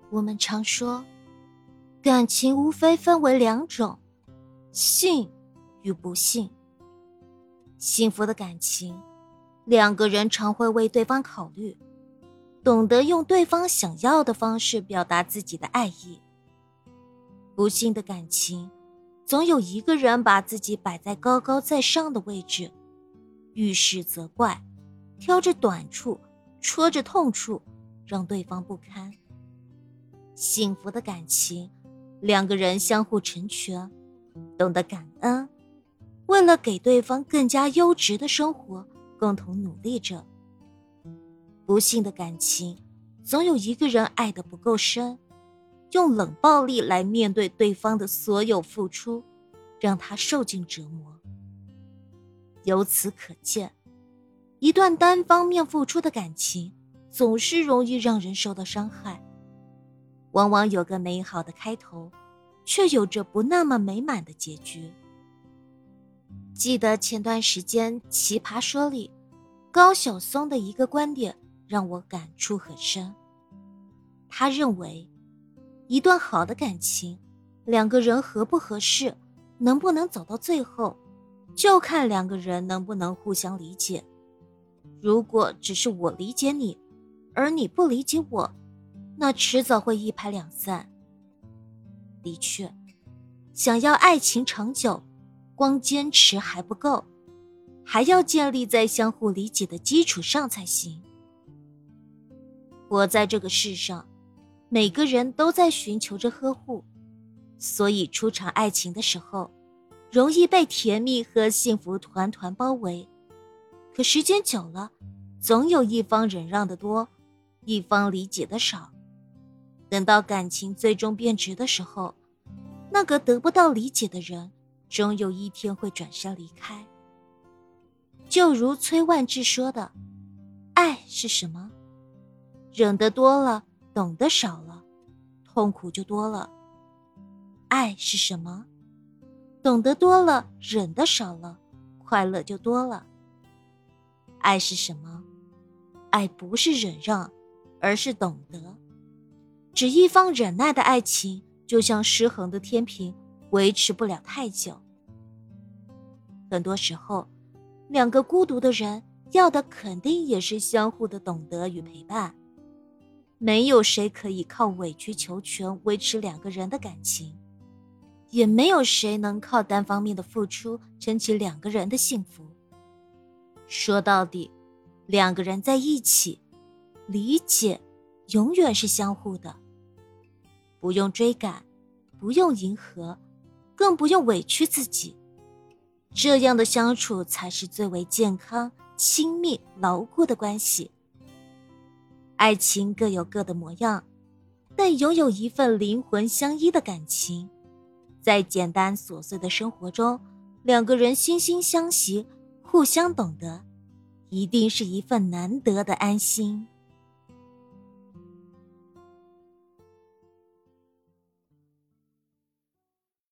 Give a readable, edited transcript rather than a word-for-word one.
我们常说，感情无非分为两种，幸与不幸。幸福的感情，两个人常会为对方考虑，懂得用对方想要的方式表达自己的爱意。不幸的感情，总有一个人把自己摆在高高在上的位置，遇事责怪，挑着短处，戳着痛处，让对方不堪。幸福的感情，两个人相互成全，懂得感恩，为了给对方更加优质的生活，共同努力着。不幸的感情，总有一个人爱得不够深，用冷暴力来面对对方的所有付出，让他受尽折磨。由此可见，一段单方面付出的感情，总是容易让人受到伤害。往往有个美好的开头，却有着不那么美满的结局。记得前段时间《奇葩说》里，高晓松的一个观点让我感触很深。他认为，一段好的感情，两个人合不合适，能不能走到最后，就看两个人能不能互相理解。如果只是我理解你，而你不理解我，那迟早会一拍两散。的确，想要爱情长久，光坚持还不够，还要建立在相互理解的基础上才行。活在这个世上，每个人都在寻求着呵护，所以初尝爱情的时候，容易被甜蜜和幸福团团包围。可时间久了，总有一方忍让的多，一方理解的少。等到感情最终变质的时候，那个得不到理解的人，终有一天会转身离开。就如崔万志说的，爱是什么？忍得多了，懂得少了，痛苦就多了。爱是什么？懂得多了，忍得少了，快乐就多了。爱是什么？爱不是忍让，而是懂得。只一方忍耐的爱情，就像失衡的天平，维持不了太久。很多时候，两个孤独的人要的肯定也是相互的懂得与陪伴。没有谁可以靠委曲求全维持两个人的感情，也没有谁能靠单方面的付出撑起两个人的幸福。说到底，两个人在一起，理解永远是相互的。不用追赶，不用迎合，更不用委屈自己，这样的相处才是最为健康、亲密、牢固的关系。爱情各有各的模样，但拥有一份灵魂相依的感情，在简单琐碎的生活中，两个人惺惺相惜，互相懂得，一定是一份难得的安心。